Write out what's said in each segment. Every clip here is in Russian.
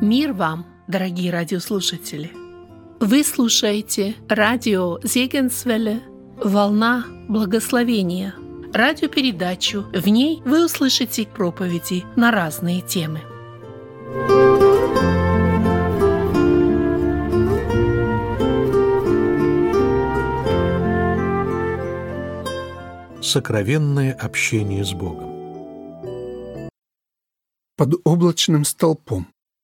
Мир вам, дорогие радиослушатели! Вы слушаете радио Зегенсвелле «Волна благословения», радиопередачу. В ней вы услышите проповеди на разные темы. Сокровенное общение с Богом. Под облачным столпом.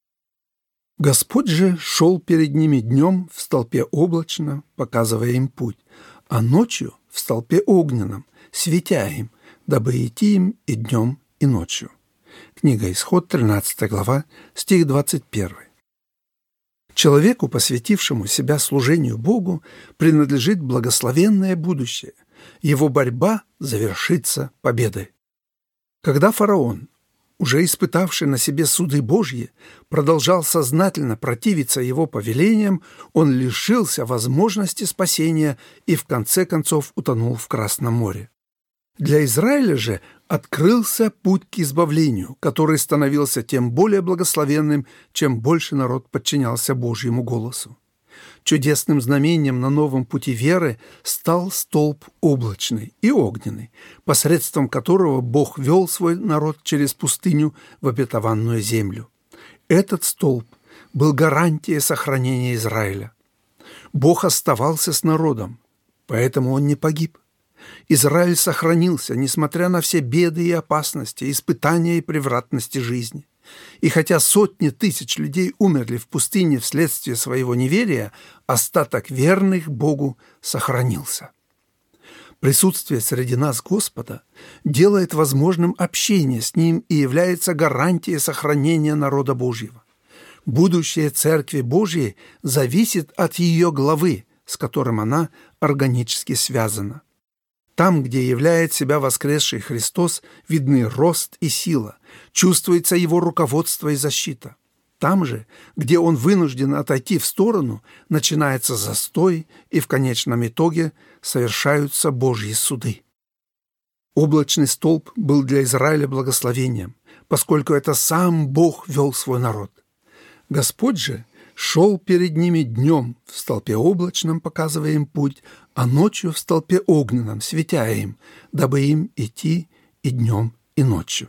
Господь же шел перед ними днем в столпе облачном, показывая им путь, а ночью в столпе огненном, светя им, дабы идти им и днем, и ночью. Книга Исход, 13 глава, стих 21. Человеку, посвятившему себя служению Богу, принадлежит благословенное будущее. Его борьба завершится победой. Когда фараон, уже испытавший на себе суды Божьи, продолжал сознательно противиться его повелениям, он лишился возможности спасения и в конце концов утонул в Красном море. Для Израиля же открылся путь к избавлению, который становился тем более благословенным, чем больше народ подчинялся Божьему голосу. Чудесным знамением на новом пути веры стал столб облачный и огненный, посредством которого Бог вел свой народ через пустыню в обетованную землю. Этот столб был гарантией сохранения Израиля. Бог оставался с народом, поэтому он не погиб. Израиль сохранился, несмотря на все беды и опасности, испытания и превратности жизни. И хотя сотни тысяч людей умерли в пустыне вследствие своего неверия, остаток верных Богу сохранился. Присутствие среди нас Господа делает возможным общение с Ним и является гарантией сохранения народа Божьего. Будущее Церкви Божьей зависит от ее главы, с которым она органически связана. Там, где являет себя воскресший Христос, видны рост и сила, чувствуется Его руководство и защита. Там же, где Он вынужден отойти в сторону, начинается застой, и в конечном итоге совершаются Божьи суды. Облачный столб был для Израиля благословением, поскольку это сам Бог вел свой народ. Господь же шел перед ними днем в столпе облачном, показывая им путь, а ночью в столпе огненном, светя им, дабы им идти и днем, и ночью.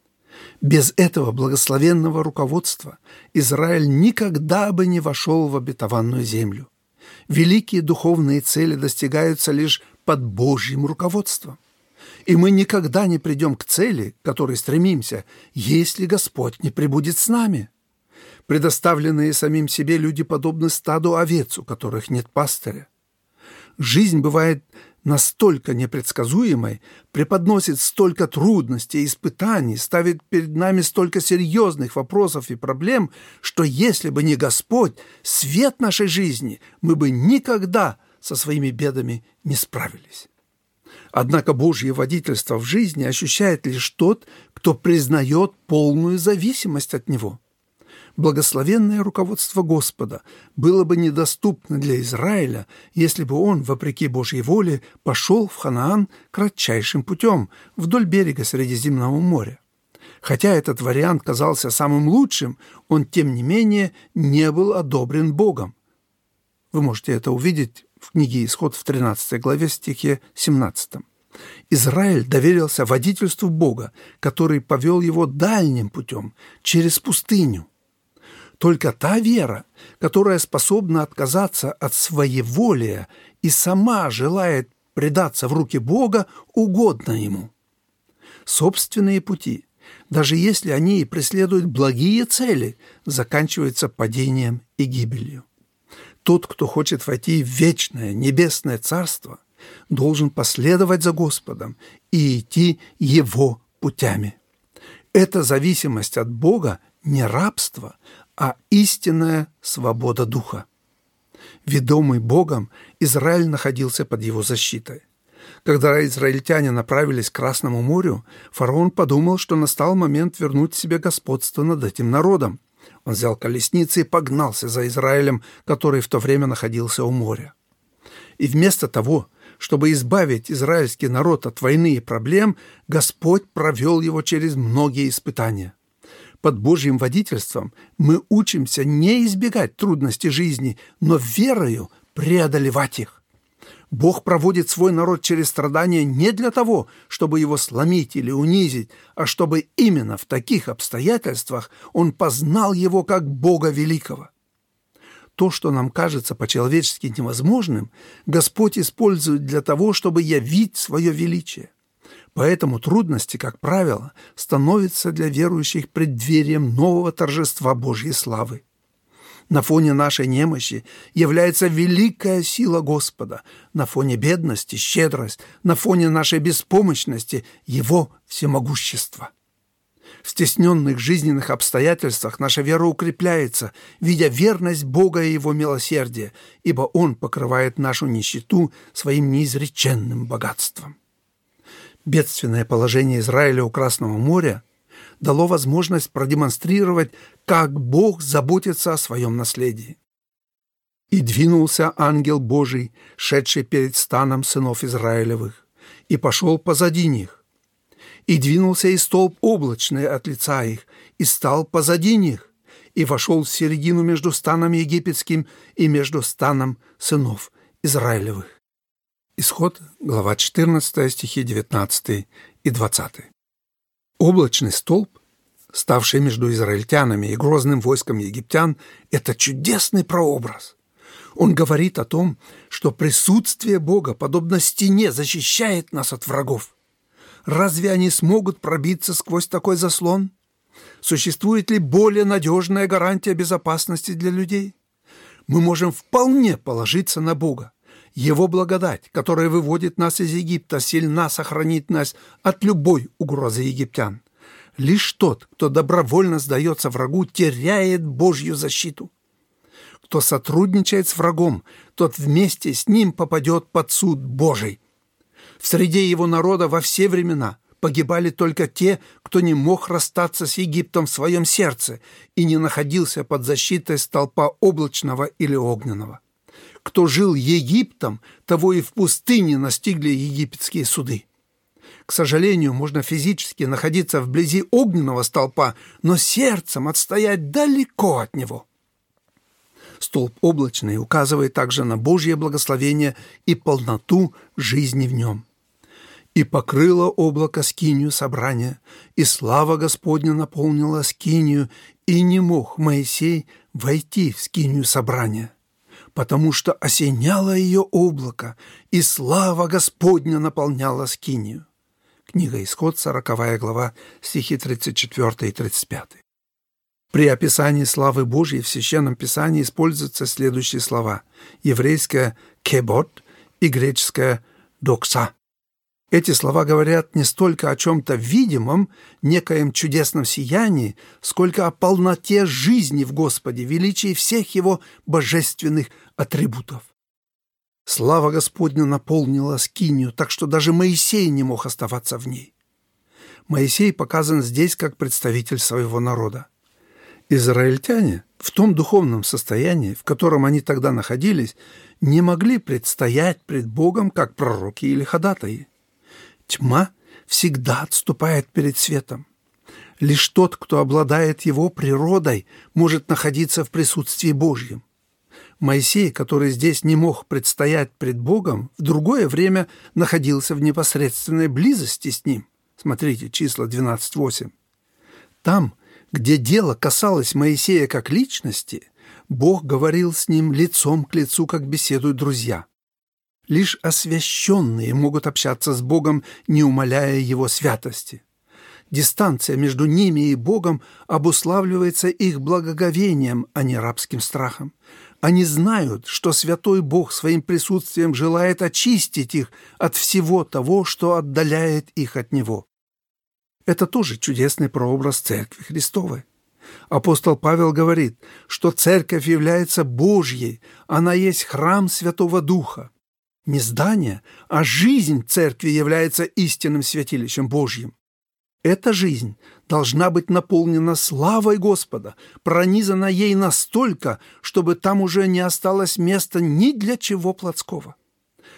Без этого благословенного руководства Израиль никогда бы не вошел в обетованную землю. Великие духовные цели достигаются лишь под Божьим руководством. И мы никогда не придем к цели, к которой стремимся, если Господь не пребудет с нами. Предоставленные самим себе люди подобны стаду овец, у которых нет пастыря. Жизнь бывает настолько непредсказуемой, преподносит столько трудностей и испытаний, ставит перед нами столько серьезных вопросов и проблем, что если бы не Господь, свет нашей жизни, мы бы никогда со своими бедами не справились. Однако Божье водительство в жизни ощущает лишь тот, кто признает полную зависимость от Него. Благословенное руководство Господа было бы недоступно для Израиля, если бы он, вопреки Божьей воле, пошел в Ханаан кратчайшим путем вдоль берега Средиземного моря. Хотя этот вариант казался самым лучшим, он, тем не менее, не был одобрен Богом. Вы можете это увидеть в книге «Исход» в 13 главе, стихе 17. Израиль доверился водительству Бога, который повел его дальним путем, через пустыню. Только та вера, которая способна отказаться от своеволия и сама желает предаться в руки Бога, угодна Ему. Собственные пути, даже если они и преследуют благие цели, заканчиваются падением и гибелью. Тот, кто хочет войти в вечное небесное царство, должен последовать за Господом и идти Его путями. Эта зависимость от Бога не рабство, а истинная свобода духа. Ведомый Богом, Израиль находился под его защитой. Когда израильтяне направились к Красному морю, фараон подумал, что настал момент вернуть себе господство над этим народом. Он взял колесницы и погнался за Израилем, который в то время находился у моря. И вместо того, чтобы избавить израильский народ от войны и проблем, Господь провел его через многие испытания. Под Божьим водительством мы учимся не избегать трудностей жизни, но верою преодолевать их. Бог проводит свой народ через страдания не для того, чтобы его сломить или унизить, а чтобы именно в таких обстоятельствах он познал его как Бога великого. То, что нам кажется по-человечески невозможным, Господь использует для того, чтобы явить свое величие. Поэтому трудности, как правило, становятся для верующих преддверием нового торжества Божьей славы. На фоне нашей немощи является великая сила Господа, на фоне бедности – щедрость, на фоне нашей беспомощности – Его всемогущество. В стесненных жизненных обстоятельствах наша вера укрепляется, видя верность Бога и Его милосердие, ибо Он покрывает нашу нищету своим неизреченным богатством. Бедственное положение Израиля у Красного моря дало возможность продемонстрировать, как Бог заботится о своем наследии. «И двинулся ангел Божий, шедший перед станом сынов Израилевых, и пошел позади них. И двинулся и столб облачный от лица их, и стал позади них, и вошел в середину между станом египетским и между станом сынов Израилевых». Исход, глава 14, стихи 19 и 20. Облачный столб, ставший между израильтянами и грозным войском египтян, это чудесный прообраз. Он говорит о том, что присутствие Бога, подобно стене, защищает нас от врагов. Разве они смогут пробиться сквозь такой заслон? Существует ли более надежная гарантия безопасности для людей? Мы можем вполне положиться на Бога. Его благодать, которая выводит нас из Египта, сильна сохранит нас от любой угрозы египтян. Лишь тот, кто добровольно сдается врагу, теряет Божью защиту. Кто сотрудничает с врагом, тот вместе с ним попадет под суд Божий. В среде его народа во все времена погибали только те, кто не мог расстаться с Египтом в своем сердце и не находился под защитой столпа облачного или огненного. Кто жил Египтом, того и в пустыне настигли египетские суды. К сожалению, можно физически находиться вблизи огненного столпа, но сердцем отстоять далеко от него. Столб облачный указывает также на Божье благословение и полноту жизни в нем. «И покрыло облако скинию собрания, и слава Господня наполнила скинию, и не мог Моисей войти в скинию собрания, потому что осеняло ее облако, и слава Господня наполняла скинию». Книга Исход, 40 глава, стихи 34 и 35. При описании славы Божьей в Священном Писании используются следующие слова: еврейское «кебот» и греческое «докса». Эти слова говорят не столько о чем-то видимом, некоем чудесном сиянии, сколько о полноте жизни в Господе, величии всех Его божественных атрибутов. Слава Господня наполнила скинию, так что даже Моисей не мог оставаться в ней. Моисей показан здесь как представитель своего народа. Израильтяне в том духовном состоянии, в котором они тогда находились, не могли предстоять пред Богом как пророки или ходатаи. Тьма всегда отступает перед светом. Лишь тот, кто обладает его природой, может находиться в присутствии Божьем. Моисей, который здесь не мог предстоять пред Богом, в другое время находился в непосредственной близости с Ним. Смотрите, числа 12:8. Там, где дело касалось Моисея как личности, Бог говорил с ним лицом к лицу, как беседуют друзья. Лишь освященные могут общаться с Богом, не умаляя Его святости. Дистанция между ними и Богом обуславливается их благоговением, а не рабским страхом. Они знают, что святой Бог своим присутствием желает очистить их от всего того, что отдаляет их от Него. Это тоже чудесный прообраз Церкви Христовой. Апостол Павел говорит, что Церковь является Божьей, она есть храм Святого Духа. Не здание, а жизнь Церкви является истинным святилищем Божьим. Эта жизнь должна быть наполнена славой Господа, пронизана ей настолько, чтобы там уже не осталось места ни для чего плотского.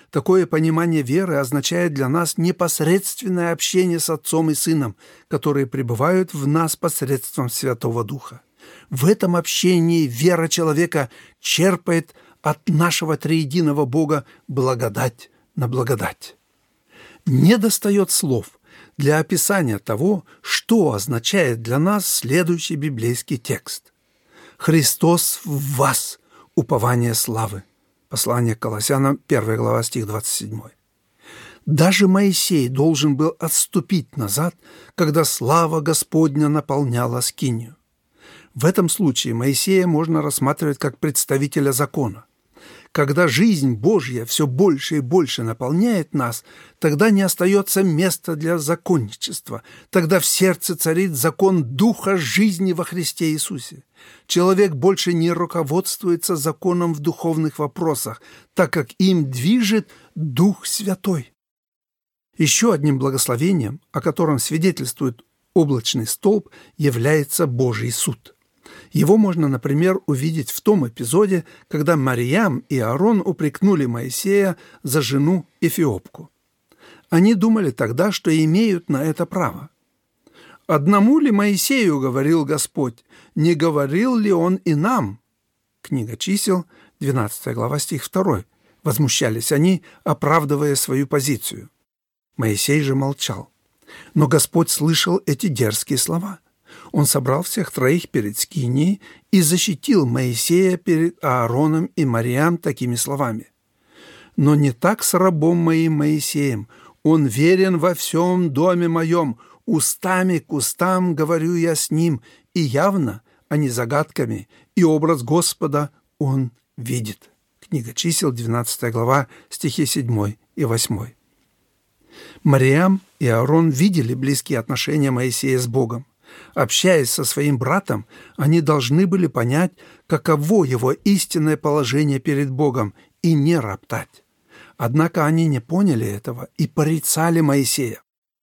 Такое понимание веры означает для нас непосредственное общение с Отцом и Сыном, которые пребывают в нас посредством Святого Духа. В этом общении вера человека черпает от нашего триединого Бога благодать на благодать. Недостает слов для описания того, что означает для нас следующий библейский текст. «Христос в вас, упование славы». Послание к Колоссянам, 1 глава, стих 27. Даже Моисей должен был отступить назад, когда слава Господня наполняла скинию. В этом случае Моисея можно рассматривать как представителя закона. Когда жизнь Божья все больше и больше наполняет нас, тогда не остается места для законничества. Тогда в сердце царит закон Духа жизни во Христе Иисусе. Человек больше не руководствуется законом в духовных вопросах, так как им движет Дух Святой. Еще одним благословением, о котором свидетельствует облачный столб, является Божий суд. Его можно, например, увидеть в том эпизоде, когда Марьям и Аарон упрекнули Моисея за жену Эфиопку. Они думали тогда, что имеют на это право. «Одному ли Моисею, — говорил Господь, — не говорил ли он и нам?» Книга Чисел, 12 глава, стих 2. Возмущались они, оправдывая свою позицию. Моисей же молчал. Но Господь слышал эти дерзкие слова. Он собрал всех троих перед скинией и защитил Моисея перед Аароном и Марьям такими словами. «Но не так с рабом моим Моисеем. Он верен во всем доме моем. Устами к устам говорю я с ним, и явно, а не загадками, и образ Господа он видит». Книга Чисел, 12 глава, стихи 7 и 8. Марьям и Аарон видели близкие отношения Моисея с Богом. Общаясь со своим братом, они должны были понять, каково его истинное положение перед Богом, и не роптать. Однако они не поняли этого и порицали Моисея.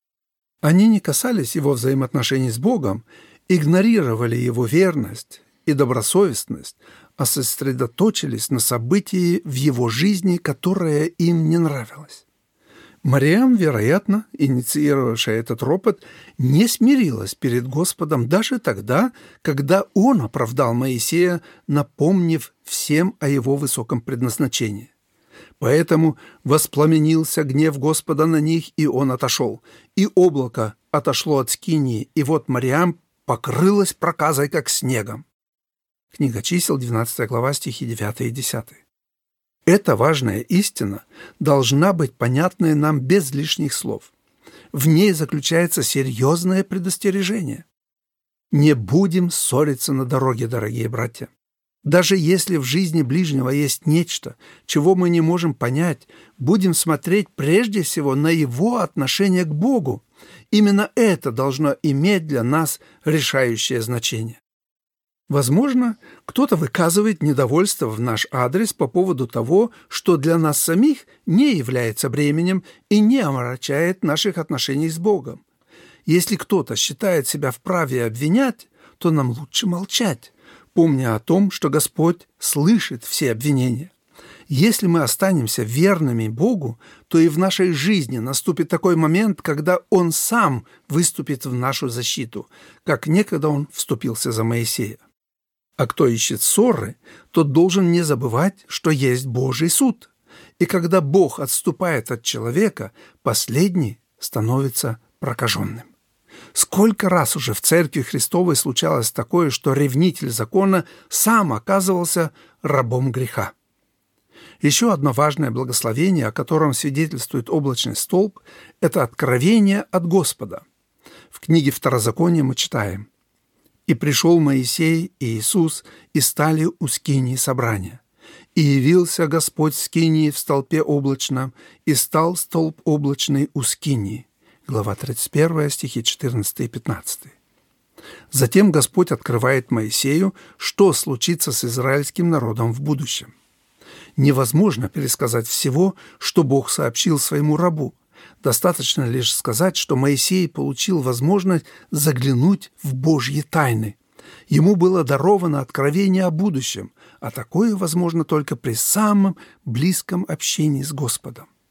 Они не касались его взаимоотношений с Богом, игнорировали его верность и добросовестность, а сосредоточились на событии в его жизни, которое им не нравилось. Марьям, вероятно, инициировавшая этот ропот, не смирилась перед Господом даже тогда, когда он оправдал Моисея, напомнив всем о его высоком предназначении. Поэтому воспламенился гнев Господа на них, и он отошел. И облако отошло от скинии, и вот Марьям покрылась проказой, как снегом. Книга Чисел, 12 глава, стихи 9 и 10. Эта важная истина должна быть понятной нам без лишних слов. В ней заключается серьезное предостережение. Не будем ссориться на дороге, дорогие братья. Даже если в жизни ближнего есть нечто, чего мы не можем понять, будем смотреть прежде всего на его отношение к Богу. Именно это должно иметь для нас решающее значение. Возможно, кто-то выказывает недовольство в наш адрес по поводу того, что для нас самих не является бременем и не омрачает наших отношений с Богом. Если кто-то считает себя вправе обвинять, то нам лучше молчать, помня о том, что Господь слышит все обвинения. Если мы останемся верными Богу, то и в нашей жизни наступит такой момент, когда Он сам выступит в нашу защиту, как некогда Он вступился за Моисея. А кто ищет ссоры, тот должен не забывать, что есть Божий суд. И когда Бог отступает от человека, последний становится прокаженным. Сколько раз уже в Церкви Христовой случалось такое, что ревнитель закона сам оказывался рабом греха. Еще одно важное благословение, о котором свидетельствует облачный столб, это откровение от Господа. В книге Второзакония мы читаем: «И пришел Моисей и Иисус, и стали у скинии собрания. И явился Господь в скинии в столпе облачном, и стал столб облачный у скинии». Глава 31, стихи 14 и 15. Затем Господь открывает Моисею, что случится с израильским народом в будущем. Невозможно пересказать всего, что Бог сообщил своему рабу. Достаточно лишь сказать, что Моисей получил возможность заглянуть в Божьи тайны. Ему было даровано откровение о будущем, а такое возможно только при самом близком общении с Господом.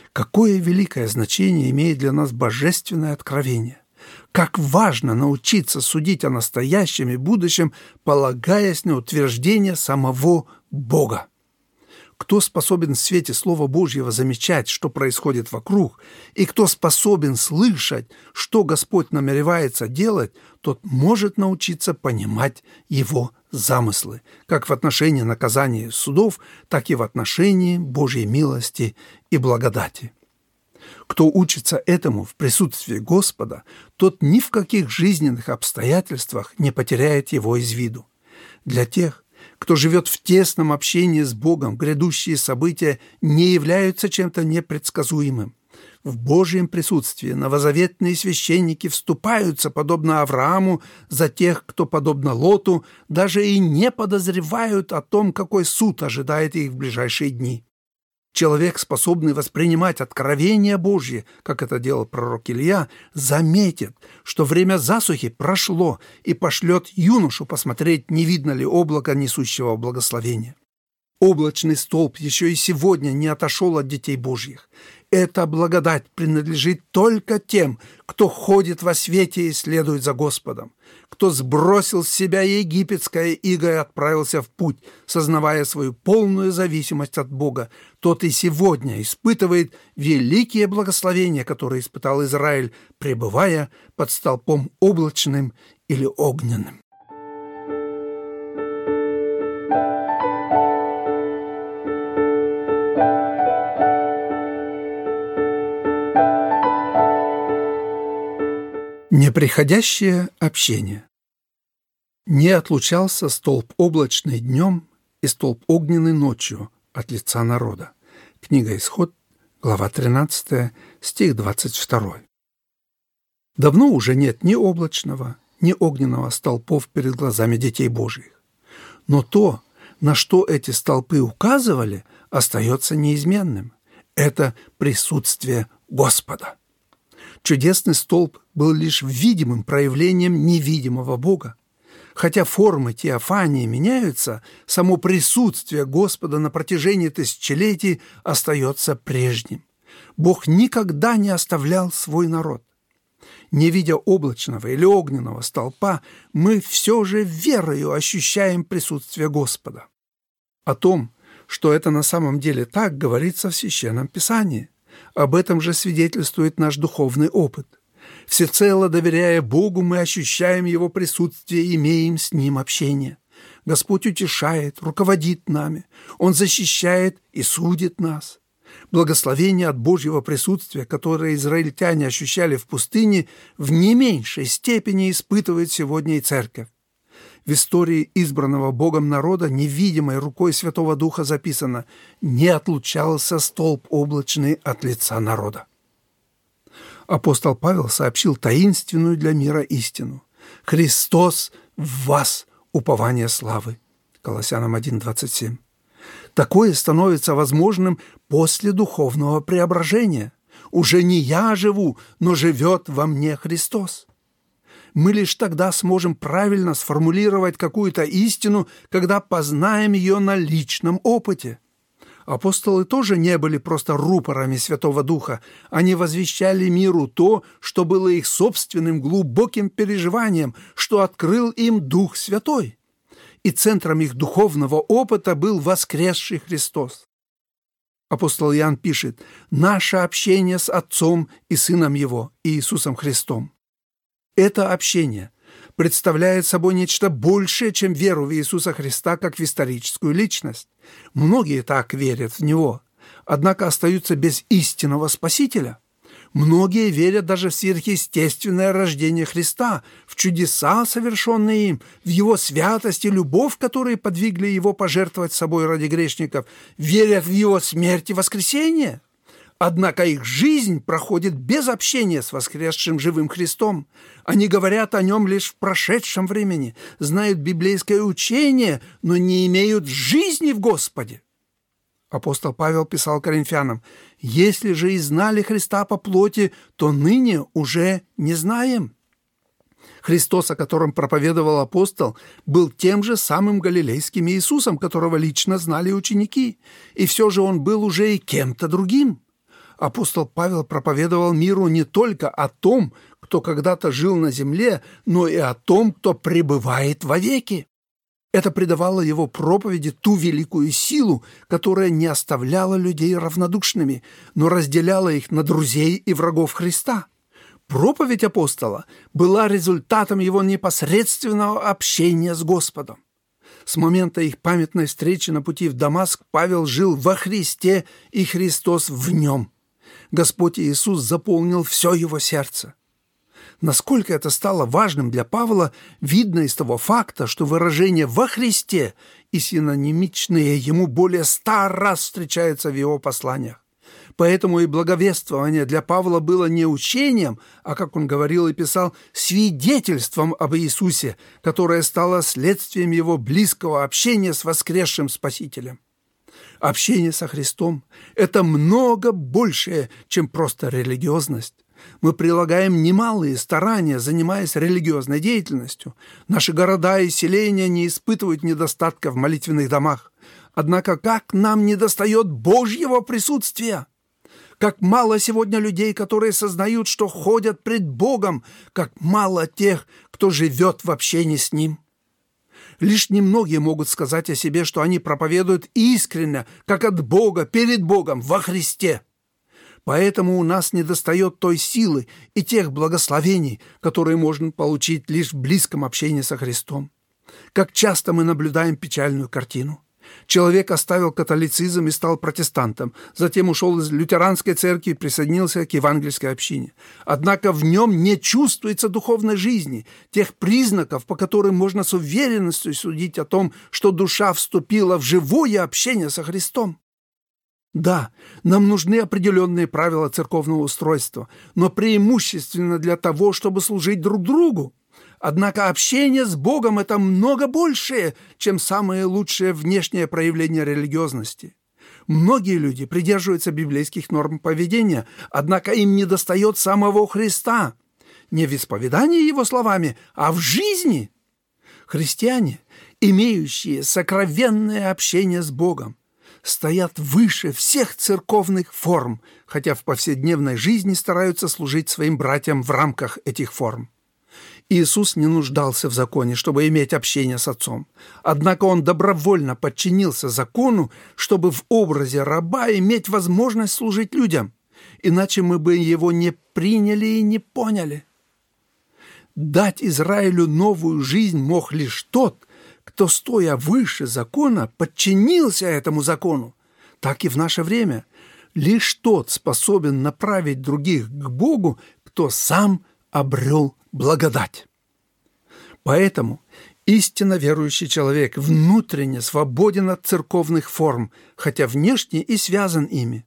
Какое великое значение имеет для нас божественное откровение! Как важно научиться судить о настоящем и будущем, полагаясь на утверждение самого Бога. Кто способен в свете Слова Божьего замечать, что происходит вокруг, и кто способен слышать, что Господь намеревается делать, тот может научиться понимать Его замыслы, как в отношении наказания судов, так и в отношении Божьей милости и благодати. Кто учится этому в присутствии Господа, тот ни в каких жизненных обстоятельствах не потеряет Его из виду. Для тех, кто живет в тесном общении с Богом, грядущие события не являются чем-то непредсказуемым. В Божьем присутствии новозаветные священники вступаются, подобно Аврааму, за тех, кто, подобно Лоту, даже и не подозревают о том, какой суд ожидает их в ближайшие дни. Человек, способный воспринимать откровение Божье, как это делал пророк Илья, заметит, что время засухи прошло, и пошлет юношу посмотреть, не видно ли облака несущего благословения. Облачный столб еще и сегодня не отошел от детей Божьих. Эта благодать принадлежит только тем, кто ходит во свете и следует за Господом, кто сбросил с себя египетское иго и отправился в путь, сознавая свою полную зависимость от Бога. Тот и сегодня испытывает великие благословения, которые испытал Израиль, пребывая под столпом облачным или огненным. Неприходящее общение. Не отлучался столб облачный днем и столб огненный ночью от лица народа. Книга Исход, глава 13, стих 22. Давно уже нет ни облачного, ни огненного столпов перед глазами детей Божьих. Но то, на что эти столпы указывали, остается неизменным. Это присутствие Господа. Чудесный столб был лишь видимым проявлением невидимого Бога. Хотя формы теофании меняются, само присутствие Господа на протяжении тысячелетий остается прежним. Бог никогда не оставлял свой народ. Не видя облачного или огненного столпа, мы все же верою ощущаем присутствие Господа. О том, что это на самом деле так, говорится в Священном Писании. Об этом же свидетельствует наш духовный опыт. Всецело доверяя Богу, мы ощущаем Его присутствие и имеем с Ним общение. Господь утешает, руководит нами. Он защищает и судит нас. Благословение от Божьего присутствия, которое израильтяне ощущали в пустыне, в не меньшей степени испытывает сегодня и Церковь. В истории избранного Богом народа невидимой рукой Святого Духа записано: «Не отлучался столб облачный от лица народа». Апостол Павел сообщил таинственную для мира истину: «Христос в вас, упование славы». Колоссянам 1:27. Такое становится возможным после духовного преображения. Уже не я живу, но живет во мне Христос. Мы лишь тогда сможем правильно сформулировать какую-то истину, когда познаем ее на личном опыте. Апостолы тоже не были просто рупорами Святого Духа. Они возвещали миру то, что было их собственным глубоким переживанием, что открыл им Дух Святой. И центром их духовного опыта был воскресший Христос. Апостол Иоанн пишет: «Наше общение с Отцом и Сыном Его, Иисусом Христом». Это общение представляет собой нечто большее, чем веру в Иисуса Христа как в историческую личность. Многие так верят в Него, однако остаются без истинного Спасителя. Многие верят даже в сверхъестественное рождение Христа, в чудеса, совершенные им, в Его святость и любовь, которые подвигли Его пожертвовать собой ради грешников, верят в Его смерть и воскресение. Однако их жизнь проходит без общения с воскресшим живым Христом. Они говорят о Нем лишь в прошедшем времени, знают библейское учение, но не имеют жизни в Господе. Апостол Павел писал Коринфянам: «Если же и знали Христа по плоти, то ныне уже не знаем». Христос, о котором проповедовал апостол, был тем же самым галилейским Иисусом, которого лично знали ученики, и все же Он был уже и кем-то другим. апостол Павел проповедовал миру не только о том, кто когда-то жил на земле, но и о том, кто пребывает вовеки. Это придавало его проповеди ту великую силу, которая не оставляла людей равнодушными, но разделяла их на друзей и врагов Христа. Проповедь апостола была результатом его непосредственного общения с Господом. С момента их памятной встречи на пути в Дамаск Павел жил во Христе, и Христос в нем. Господь Иисус заполнил все его сердце. Насколько это стало важным для Павла, видно из того факта, что выражение «во Христе» и синонимичные ему более 100 раз встречаются в его посланиях. Поэтому и благовествование для Павла было не учением, а, как он говорил и писал, свидетельством об Иисусе, которое стало следствием его близкого общения с воскресшим Спасителем. Общение со Христом – это много большее, чем просто религиозность. Мы прилагаем немалые старания, занимаясь религиозной деятельностью. Наши города и селения не испытывают недостатка в молитвенных домах. Однако как нам недостает Божьего присутствия? Как мало сегодня людей, которые сознают, что ходят пред Богом, как мало тех, кто живет в общении с Ним. Лишь немногие могут сказать о себе, что они проповедуют искренне, как от Бога, перед Богом, во Христе. Поэтому у нас недостает той силы и тех благословений, которые можно получить лишь в близком общении со Христом. Как часто мы наблюдаем печальную картину. Человек оставил католицизм и стал протестантом, затем ушел из лютеранской церкви и присоединился к евангельской общине. Однако в нем не чувствуется духовной жизни, тех признаков, по которым можно с уверенностью судить о том, что душа вступила в живое общение со Христом. Да, нам нужны определенные правила церковного устройства, но преимущественно для того, чтобы служить друг другу. Однако общение с Богом – это много большее, чем самые лучшие внешние проявления религиозности. Многие люди придерживаются библейских норм поведения, однако им недостает самого Христа. Не в исповедании Его словами, а в жизни. Христиане, имеющие сокровенное общение с Богом, стоят выше всех церковных форм, хотя в повседневной жизни стараются служить своим братьям в рамках этих форм. Иисус не нуждался в законе, чтобы иметь общение с Отцом. Однако Он добровольно подчинился закону, чтобы в образе раба иметь возможность служить людям. Иначе мы бы Его не приняли и не поняли. Дать Израилю новую жизнь мог лишь тот, кто, стоя выше закона, подчинился этому закону. Так и в наше время. Лишь тот способен направить других к Богу, кто сам обрел благодать. Поэтому истинно верующий человек внутренне свободен от церковных форм, хотя внешне и связан ими.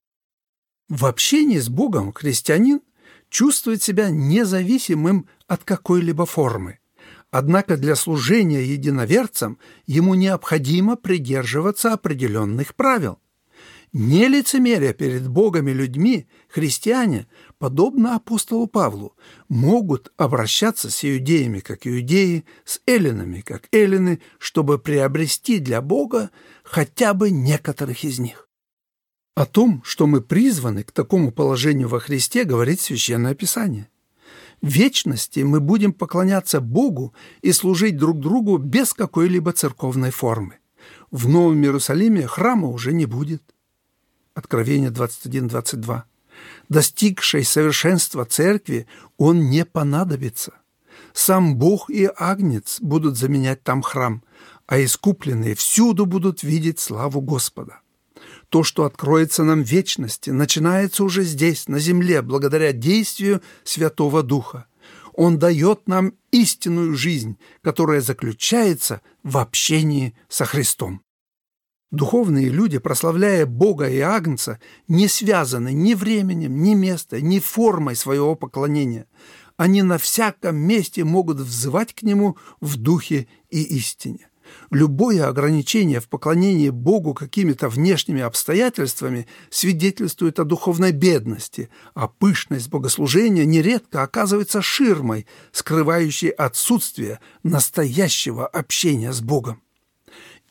В общении с Богом христианин чувствует себя независимым от какой-либо формы. Однако для служения единоверцам ему необходимо придерживаться определенных правил. Не лицемеря перед Богом и людьми, христиане, подобно апостолу Павлу, могут обращаться с иудеями, как иудеи, с эллинами, как эллины, чтобы приобрести для Бога хотя бы некоторых из них. О том, что мы призваны к такому положению во Христе, говорит Священное Писание. В вечности мы будем поклоняться Богу и служить друг другу без какой-либо церковной формы. В Новом Иерусалиме храма уже не будет. Откровение 21:22. Достигшей совершенства церкви он не понадобится. Сам Бог и Агнец будут заменять там храм, а искупленные всюду будут видеть славу Господа. То, что откроется нам в вечности, начинается уже здесь, на земле, благодаря действию Святого Духа. Он дает нам истинную жизнь, которая заключается в общении со Христом. Духовные люди, прославляя Бога и Агнца, не связаны ни временем, ни местом, ни формой своего поклонения. Они на всяком месте могут взывать к Нему в духе и истине. Любое ограничение в поклонении Богу какими-то внешними обстоятельствами свидетельствует о духовной бедности, а пышность богослужения нередко оказывается ширмой, скрывающей отсутствие настоящего общения с Богом.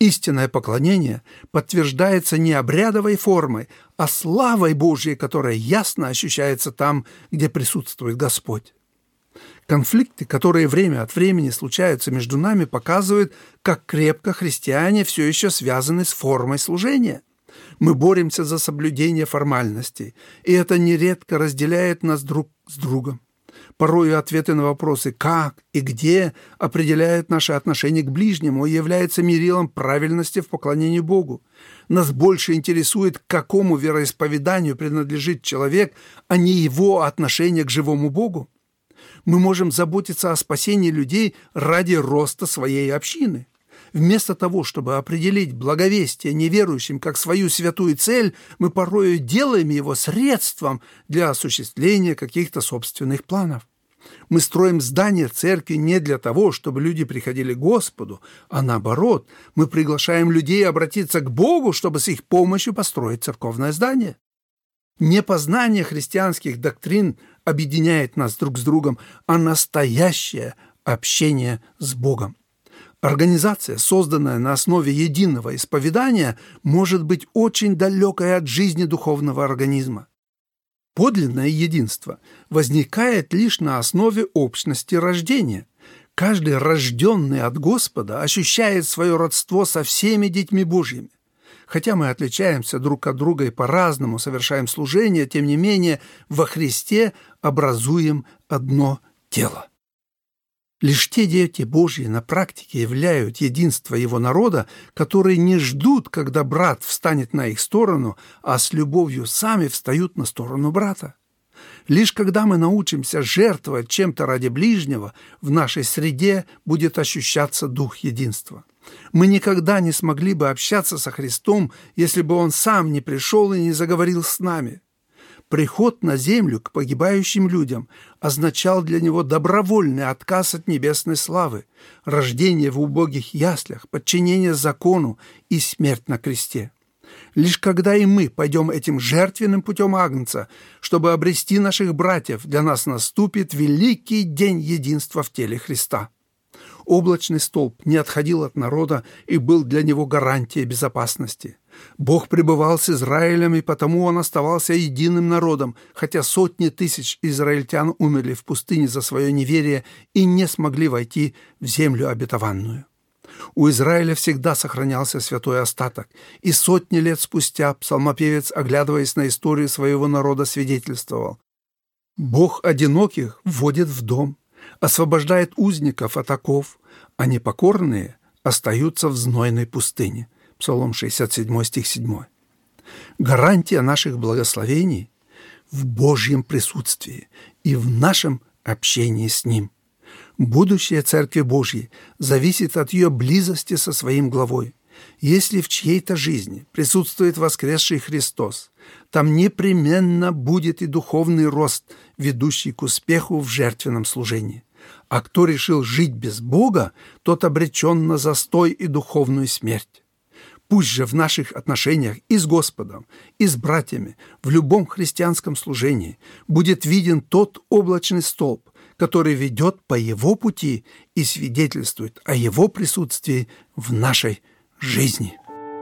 Истинное поклонение подтверждается не обрядовой формой, а славой Божьей, которая ясно ощущается там, где присутствует Господь. Конфликты, которые время от времени случаются между нами, показывают, как крепко христиане все еще связаны с формой служения. Мы боремся за соблюдение формальностей, и это нередко разделяет нас друг с другом. Порою ответы на вопросы «как» и «где» определяют наше отношение к ближнему и являются мерилом правильности в поклонении Богу. Нас больше интересует, к какому вероисповеданию принадлежит человек, а не его отношение к живому Богу. Мы можем заботиться о спасении людей ради роста своей общины. Вместо того, чтобы определить благовестие неверующим как свою святую цель, мы порою делаем его средством для осуществления каких-то собственных планов. Мы строим здание церкви не для того, чтобы люди приходили к Господу, а наоборот, мы приглашаем людей обратиться к Богу, чтобы с их помощью построить церковное здание. Не познание христианских доктрин объединяет нас друг с другом, а настоящее общение с Богом. Организация, созданная на основе единого исповедания, может быть очень далекой от жизни духовного организма. Подлинное единство возникает лишь на основе общности рождения. Каждый рожденный от Господа ощущает свое родство со всеми детьми Божьими. Хотя мы отличаемся друг от друга и по-разному совершаем служение, тем не менее во Христе образуем одно тело. Лишь те дети Божьи на практике являют единство Его народа, которые не ждут, когда брат встанет на их сторону, а с любовью сами встают на сторону брата. Лишь когда мы научимся жертвовать чем-то ради ближнего, в нашей среде будет ощущаться дух единства. Мы никогда не смогли бы общаться со Христом, если бы Он сам не пришел и не заговорил с нами. Приход на землю к погибающим людям означал для него добровольный отказ от небесной славы, рождение в убогих яслях, подчинение закону и смерть на кресте. Лишь когда и мы пойдем этим жертвенным путем Агнца, чтобы обрести наших братьев, для нас наступит великий день единства в теле Христа. Облачный столб не отходил от народа и был для него гарантией безопасности. Бог пребывал с Израилем, и потому он оставался единым народом, хотя сотни тысяч израильтян умерли в пустыне за свое неверие и не смогли войти в землю обетованную. У Израиля всегда сохранялся святой остаток, и сотни лет спустя псалмопевец, оглядываясь на историю своего народа, свидетельствовал: «Бог одиноких вводит в дом, освобождает узников от оков, а непокорные остаются в знойной пустыне». Псалом 67, стих 7. Гарантия наших благословений в Божьем присутствии и в нашем общении с Ним. Будущее Церкви Божьей зависит от ее близости со своим главой. Если в чьей-то жизни присутствует воскресший Христос, там непременно будет и духовный рост, ведущий к успеху в жертвенном служении. А кто решил жить без Бога, тот обречен на застой и духовную смерть. Пусть же в наших отношениях и с Господом, и с братьями, в любом христианском служении будет виден тот облачный столб, который ведет по Его пути и свидетельствует о Его присутствии в нашей жизни.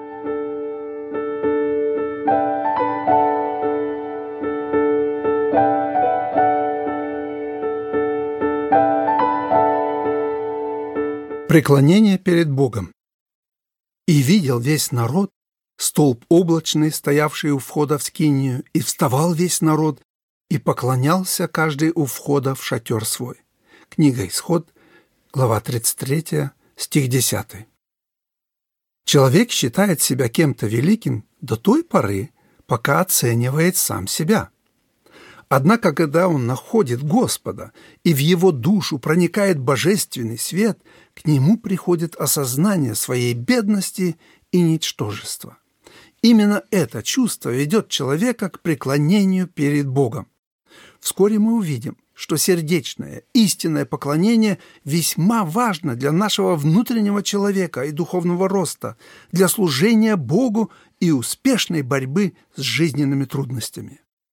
Преклонение перед Богом. «И видел весь народ столб облачный, стоявший у входа в скинию, и вставал весь народ, и поклонялся каждый у входа в шатер свой». Книга Исход, глава 33, стих 10. Человек считает себя кем-то великим до той поры, пока оценивает сам себя. Однако, когда он находит Господа, и в его душу проникает божественный свет, к нему приходит осознание своей бедности и ничтожества. Именно это чувство ведет человека к преклонению перед Богом. Вскоре мы увидим, что сердечное, истинное поклонение весьма важно для нашего внутреннего человека и духовного роста, для служения Богу и успешной борьбы с жизненными трудностями.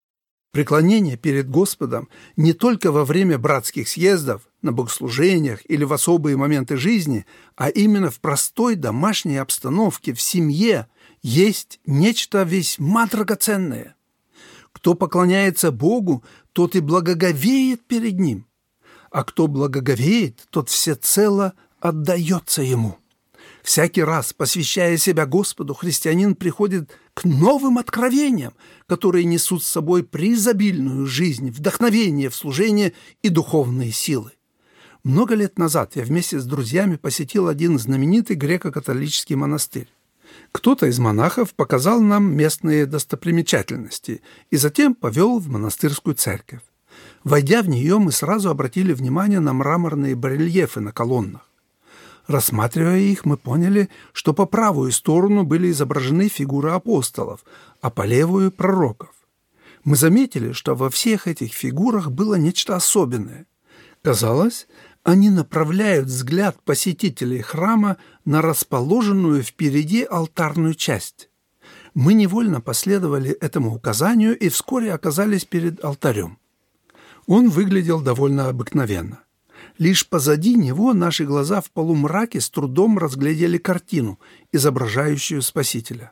Преклонение перед Господом не только во время братских съездов, на богослужениях или в особые моменты жизни, а именно в простой домашней обстановке, в семье, есть нечто весьма драгоценное. Кто поклоняется Богу, тот и благоговеет перед Ним, а кто благоговеет, тот всецело отдается Ему. Всякий раз, посвящая себя Господу, христианин приходит к новым откровениям, которые несут с собой преизобильную жизнь, вдохновение в служение и духовные силы. Много лет назад я вместе с друзьями посетил один знаменитый греко-католический монастырь. Кто-то из монахов показал нам местные достопримечательности и затем повел в монастырскую церковь. Войдя в нее, мы сразу обратили внимание на мраморные барельефы на колоннах. Рассматривая их, мы поняли, что по правую сторону были изображены фигуры апостолов, а по левую – пророков. Мы заметили, что во всех этих фигурах было нечто особенное. Казалось, они направляют взгляд посетителей храма на расположенную впереди алтарную часть. Мы невольно последовали этому указанию и вскоре оказались перед алтарем. Он выглядел довольно обыкновенно. Лишь позади него наши глаза в полумраке с трудом разглядели картину, изображающую Спасителя.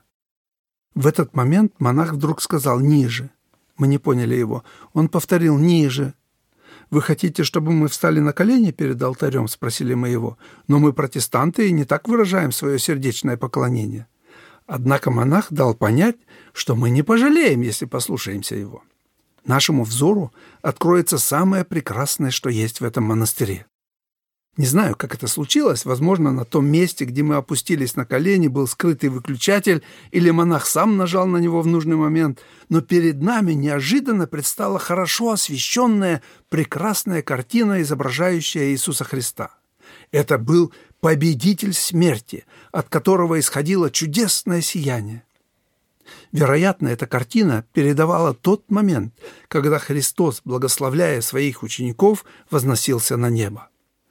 В этот момент монах вдруг сказал «ниже». Мы не поняли его. Он повторил «ниже». «Вы хотите, чтобы мы встали на колени перед алтарем?» – спросили мы его. «Но мы протестанты и не так выражаем свое сердечное поклонение». Однако монах дал понять, что мы не пожалеем, если послушаемся его. Нашему взору откроется самое прекрасное, что есть в этом монастыре. Не знаю, как это случилось, возможно, на том месте, где мы опустились на колени, был скрытый выключатель, или монах сам нажал на него в нужный момент, но перед нами неожиданно предстала хорошо освещенная, прекрасная картина, изображающая Иисуса Христа. Это был победитель смерти, от которого исходило чудесное сияние. Вероятно, эта картина передавала тот момент, когда Христос, благословляя своих учеников, возносился на небо.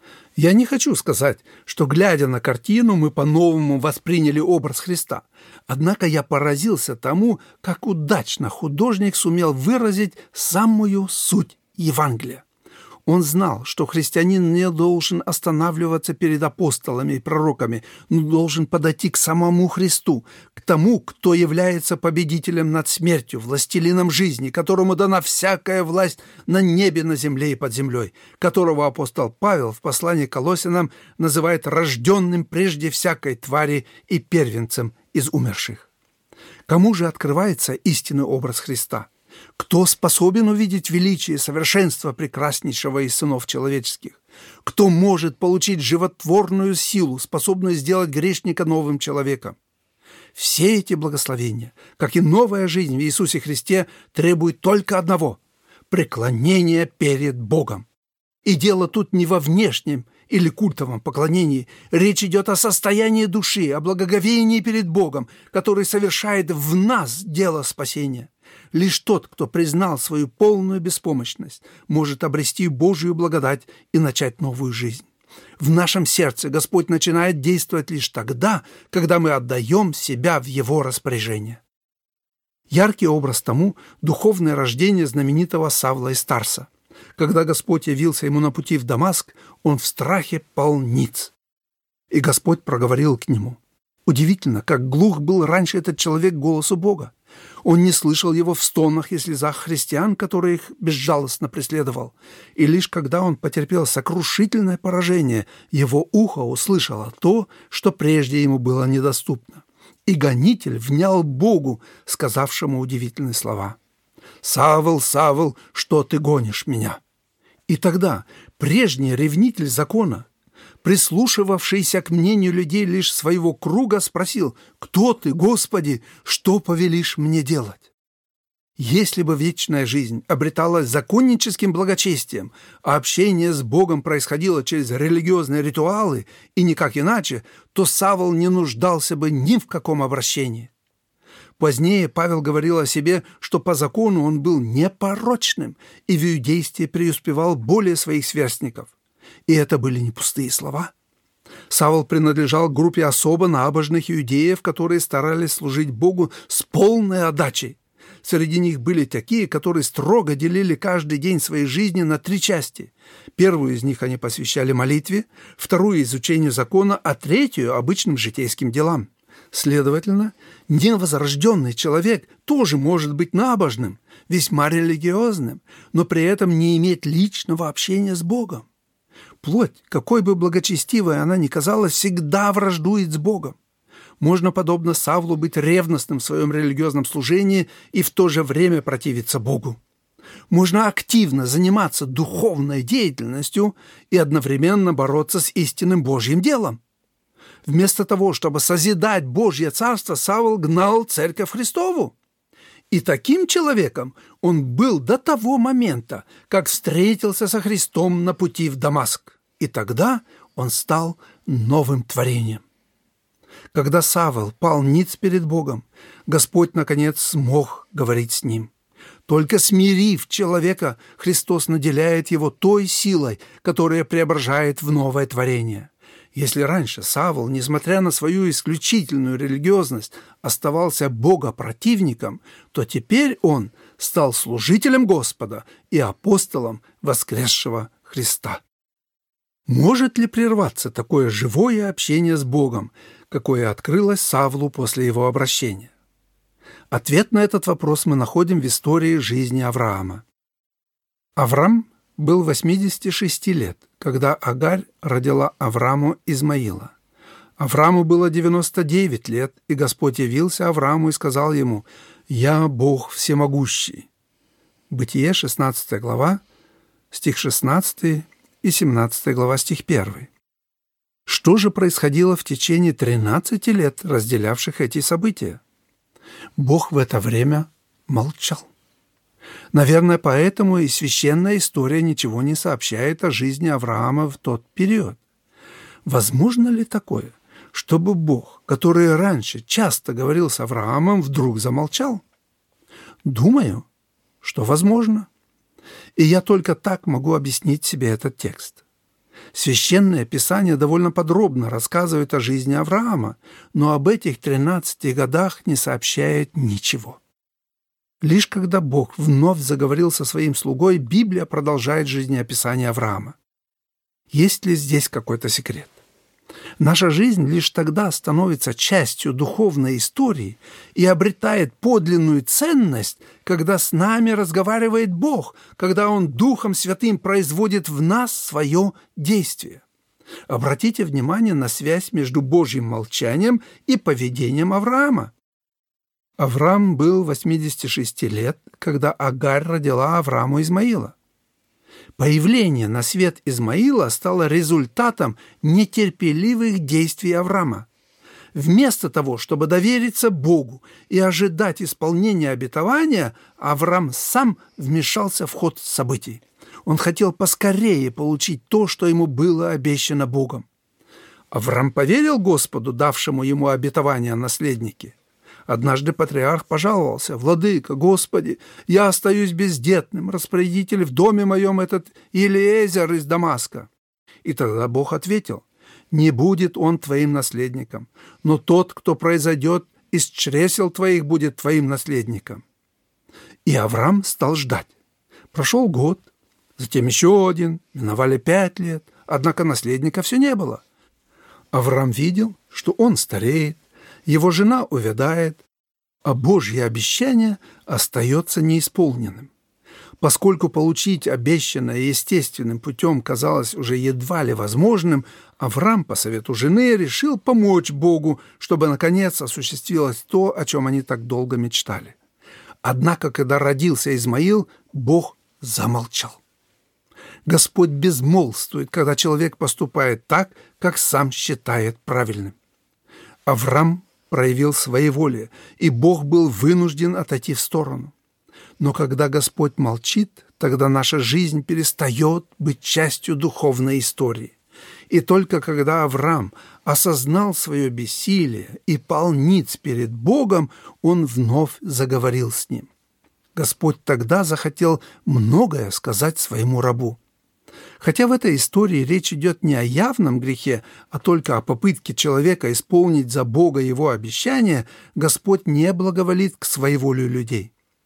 Я не хочу сказать, что, глядя на картину, мы по-новому восприняли образ Христа. Однако я поразился тому, как удачно художник сумел выразить самую суть Евангелия. Он знал, что христианин не должен останавливаться перед апостолами и пророками, но должен подойти к самому Христу, к тому, кто является победителем над смертью, властелином жизни, которому дана всякая власть на небе, на земле и под землей, которого апостол Павел в послании к Колоссянам называет рожденным прежде всякой твари и первенцем из умерших. Кому же открывается истинный образ Христа? Кто способен увидеть величие и совершенство прекраснейшего из сынов человеческих? Кто может получить животворную силу, способную сделать грешника новым человеком? Все эти благословения, как и новая жизнь в Иисусе Христе, требуют только одного – преклонения перед Богом. И дело тут не во внешнем или культовом поклонении. Речь идет о состоянии души, о благоговении перед Богом, который совершает в нас дело спасения. Лишь тот, кто признал свою полную беспомощность, может обрести Божию благодать и начать новую жизнь. В нашем сердце Господь начинает действовать лишь тогда, когда мы отдаем себя в Его распоряжение. Яркий образ тому – духовное рождение знаменитого Савла из Тарса. Когда Господь явился ему на пути в Дамаск, он в страхе пал ниц. И Господь проговорил к нему. Удивительно, как глух был раньше этот человек к голосу Бога. Он не слышал его в стонах и слезах христиан, которые их безжалостно преследовал. И лишь когда он потерпел сокрушительное поражение, его ухо услышало то, что прежде ему было недоступно. И гонитель внял Богу, сказавшему удивительные слова. «Савл, Савл, что ты гонишь меня?» И тогда прежний ревнитель закона, прислушивавшийся к мнению людей лишь своего круга, спросил: «Кто ты, Господи? Что повелишь мне делать?» Если бы вечная жизнь обреталась законническим благочестием, а общение с Богом происходило через религиозные ритуалы и никак иначе, то Савл не нуждался бы ни в каком обращении. Позднее Павел говорил о себе, что по закону он был непорочным и в иудействе преуспевал более своих сверстников. И это были не пустые слова. Савл принадлежал к группе особо набожных иудеев, которые старались служить Богу с полной отдачей. Среди них были такие, которые строго делили каждый день своей жизни на 3 части. Первую из них они посвящали молитве, вторую – изучению закона, а третью – обычным житейским делам. Следовательно, невозрожденный человек тоже может быть набожным, весьма религиозным, но при этом не иметь личного общения с Богом. Плоть, какой бы благочестивой она ни казалась, всегда враждует с Богом. Можно, подобно Савлу, быть ревностным в своем религиозном служении и в то же время противиться Богу. Можно активно заниматься духовной деятельностью и одновременно бороться с истинным Божьим делом. Вместо того, чтобы созидать Божье царство, Савл гнал церковь Христову. И таким человеком он был до того момента, как встретился со Христом на пути в Дамаск. И тогда он стал новым творением. Когда Савл пал ниц перед Богом, Господь, наконец, смог говорить с ним. Только смирив человека, Христос наделяет его той силой, которая преображает в новое творение. Если раньше Савл, несмотря на свою исключительную религиозность, оставался богопротивником, то теперь он стал служителем Господа и апостолом воскресшего Христа. Может ли прерваться такое живое общение с Богом, какое открылось Савлу после его обращения? Ответ на этот вопрос мы находим в истории жизни Авраама. Авраам был 86 лет, когда Агарь родила Аврааму Измаила. Аврааму было 99 лет, и Господь явился Аврааму и сказал ему: «Я Бог всемогущий». Бытие, 16 глава, стих 16 и 17 глава, стих 1. Что же происходило в течение 13 лет, разделявших эти события? Бог в это время молчал. Наверное, поэтому и священная история ничего не сообщает о жизни Авраама в тот период. Возможно ли такое, чтобы Бог, который раньше часто говорил с Авраамом, вдруг замолчал? Думаю, что возможно. И я только так могу объяснить себе этот текст. Священное Писание довольно подробно рассказывает о жизни Авраама, но об этих 13 годах не сообщает ничего. Лишь когда Бог вновь заговорил со своим слугой, Библия продолжает жизнеописание Авраама. Есть ли здесь какой-то секрет? Наша жизнь лишь тогда становится частью духовной истории и обретает подлинную ценность, когда с нами разговаривает Бог, когда Он Духом Святым производит в нас свое действие. Обратите внимание на связь между Божьим молчанием и поведением Авраама. Авраам был 86 лет, когда Агарь родила Аврааму Измаила. Появление на свет Измаила стало результатом нетерпеливых действий Авраама. Вместо того, чтобы довериться Богу и ожидать исполнения обетования, Авраам сам вмешался в ход событий. Он хотел поскорее получить то, что ему было обещано Богом. Авраам поверил Господу, давшему ему обетование о наследнике. Однажды патриарх пожаловался: «Владыка, Господи, я остаюсь бездетным, распорядитель в доме моем этот Илиезер из Дамаска». И тогда Бог ответил: «Не будет он твоим наследником, но тот, кто произойдет из чресел твоих, будет твоим наследником». И Авраам стал ждать. Прошел год, затем еще один, миновали 5 лет, однако наследника все не было. Авраам видел, что он стареет, его жена увядает, а Божье обещание остается неисполненным. Поскольку получить обещанное естественным путем казалось уже едва ли возможным, Авраам по совету жены решил помочь Богу, чтобы наконец осуществилось то, о чем они так долго мечтали. Однако, когда родился Измаил, Бог замолчал. Господь безмолвствует, когда человек поступает так, как сам считает правильным. Авраам проявил своеволие, и Бог был вынужден отойти в сторону. Но когда Господь молчит, тогда наша жизнь перестает быть частью духовной истории. И только когда Авраам осознал свое бессилие и пал ниц перед Богом, он вновь заговорил с ним. Господь тогда захотел многое сказать своему рабу. Хотя в этой истории речь идет не о явном грехе, а только о попытке человека исполнить за Бога его обещание, Господь не благоволит к своеволию людей.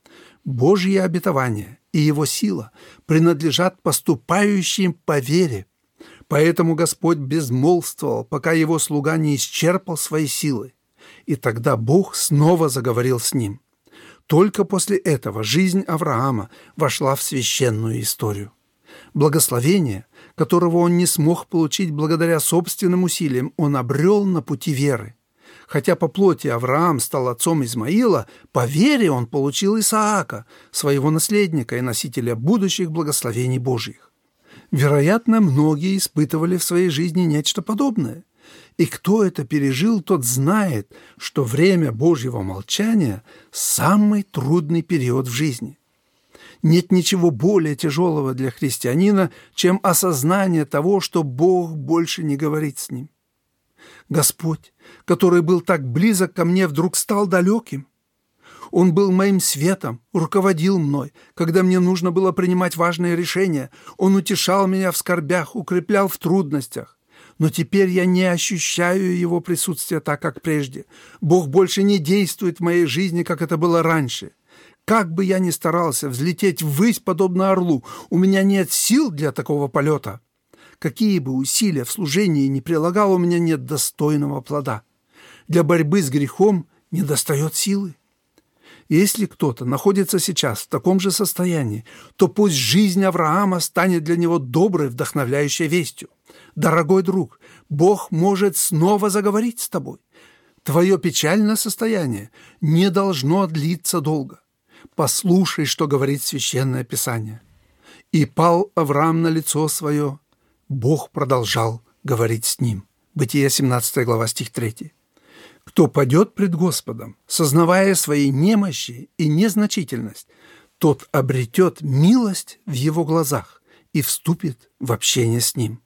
Божье обетование и его сила принадлежат поступающим по вере. Поэтому Господь безмолвствовал, пока его слуга не исчерпал свои силы. И тогда Бог снова заговорил с ним. Только после этого жизнь Авраама вошла в священную историю. Благословение, которого он не смог получить благодаря собственным усилиям, он обрел на пути веры. Хотя по плоти Авраам стал отцом Измаила, по вере он получил Исаака, своего наследника и носителя будущих благословений Божьих. Вероятно, многие испытывали в своей жизни нечто подобное. И кто это пережил, тот знает, что время Божьего молчания – самый трудный период в жизни. Нет ничего более тяжелого для христианина, чем осознание того, что Бог больше не говорит с ним. Господь, который был так близок ко мне, вдруг стал далеким. Он был моим светом, руководил мной, когда мне нужно было принимать важные решения. Он утешал меня в скорбях, укреплял в трудностях. Но теперь я не ощущаю Его присутствия так, как прежде. Бог больше не действует в моей жизни, как это было раньше. Как бы я ни старался взлететь ввысь, подобно орлу, у меня нет сил для такого полета. Какие бы усилия в служении ни прилагал, у меня нет достойного плода. Для борьбы с грехом недостает силы. Если кто-то находится сейчас в таком же состоянии, то пусть жизнь Авраама станет для него доброй, вдохновляющей вестью. Дорогой друг, Бог может снова заговорить с тобой. Твое печальное состояние не должно длиться долго. Послушай, что говорит Священное Писание. «И пал Авраам на лицо свое, Бог продолжал говорить с ним». Бытие 17 глава, стих 3. «Кто падет пред Господом, сознавая свои немощи и незначительность, тот обретет милость в Его глазах и вступит в общение с Ним».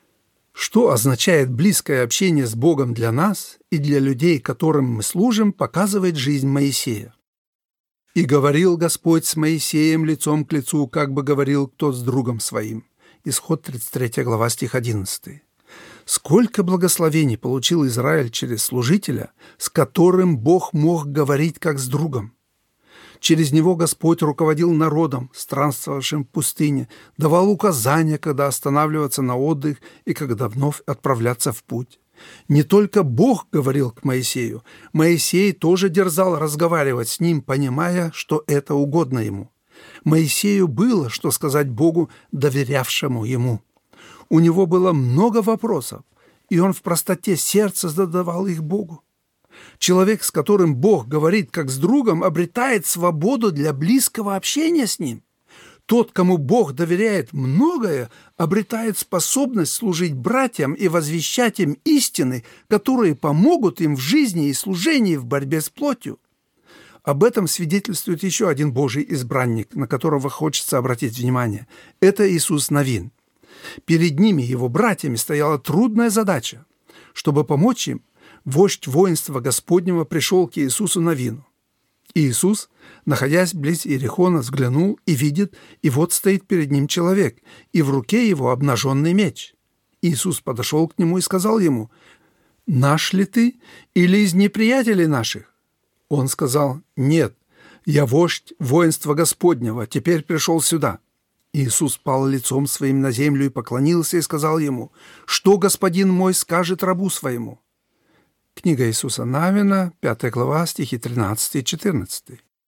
Что означает близкое общение с Богом для нас и для людей, которым мы служим, показывает жизнь Моисея. «И говорил Господь с Моисеем лицом к лицу, как бы говорил кто с другом своим». Исход 33 глава, стих 11. Сколько благословений получил Израиль через служителя, с которым Бог мог говорить как с другом. Через него Господь руководил народом, странствовавшим в пустыне, давал указания, когда останавливаться на отдых и когда вновь отправляться в путь. Не только Бог говорил к Моисею, Моисей тоже дерзал разговаривать с ним, понимая, что это угодно ему. Моисею было что сказать Богу, доверявшему ему. У него было много вопросов, и он в простоте сердца задавал их Богу. Человек, с которым Бог говорит как с другом, обретает свободу для близкого общения с ним. Тот, кому Бог доверяет многое, обретает способность служить братьям и возвещать им истины, которые помогут им в жизни и служении в борьбе с плотью. Об этом свидетельствует еще один Божий избранник, на которого хочется обратить внимание. Это Иисус Навин. Перед ними, его братьями, стояла трудная задача. Чтобы помочь им, вождь воинства Господнего пришел к Иисусу Навину. Иисус, находясь близ Иерихона, взглянул и видит, и вот стоит перед ним человек, и в руке его обнаженный меч. Иисус подошел к нему и сказал ему: «Наш ли ты или из неприятелей наших?» Он сказал: «Нет, я вождь воинства Господнего, теперь пришел сюда». Иисус пал лицом своим на землю и поклонился и сказал ему: «Что господин мой скажет рабу своему?» Книга Иисуса Навина, 5 глава, стихи 13 и 14.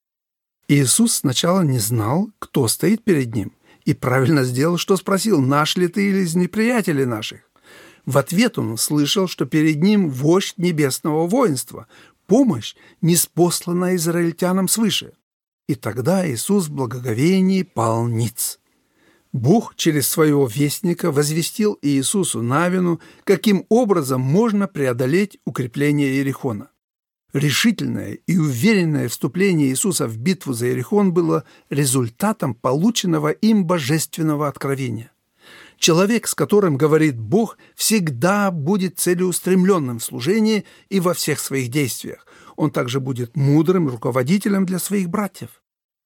Иисус сначала не знал, кто стоит перед ним, и правильно сделал, что спросил: «Наш ли ты или из неприятелей наших?» В ответ он услышал, что перед ним вождь небесного воинства, помощь, ниспосланная израильтянам свыше. И тогда Иисус в благоговении пал ниц. Бог через своего вестника возвестил Иисусу Навину, каким образом можно преодолеть укрепление Иерихона. Решительное и уверенное вступление Иисуса в битву за Иерихон было результатом полученного им божественного откровения. Человек, с которым говорит Бог, всегда будет целеустремленным в служении и во всех своих действиях. Он также будет мудрым руководителем для своих братьев.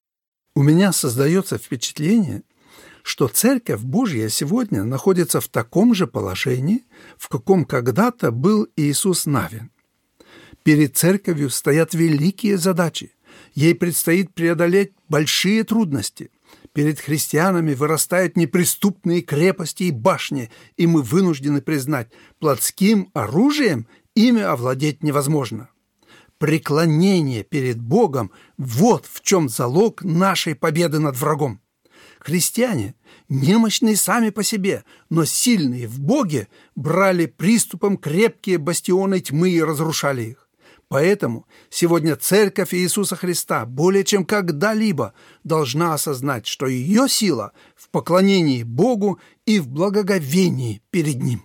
У меня создается впечатление, что Церковь Божья сегодня находится в таком же положении, в каком когда-то был Иисус Навин. Перед Церковью стоят великие задачи, Ей предстоит преодолеть большие трудности. Перед христианами вырастают неприступные крепости и башни, и мы вынуждены признать, плотским оружием ими овладеть невозможно. Преклонение перед Богом – вот в чем залог нашей победы над врагом. Христиане, немощные сами по себе, но сильные в Боге, брали приступом крепкие бастионы тьмы и разрушали их. Поэтому сегодня Церковь Иисуса Христа более чем когда-либо должна осознать, что ее сила в поклонении Богу и в благоговении перед Ним.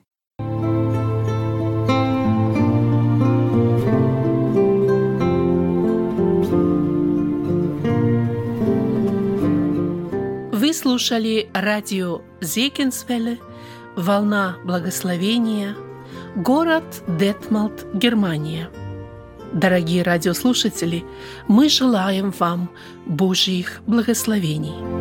Вы слушали радио Зегенсвелле, «Волна благословения», город Детмалт, Германия. Дорогие радиослушатели, мы желаем вам Божьих благословений.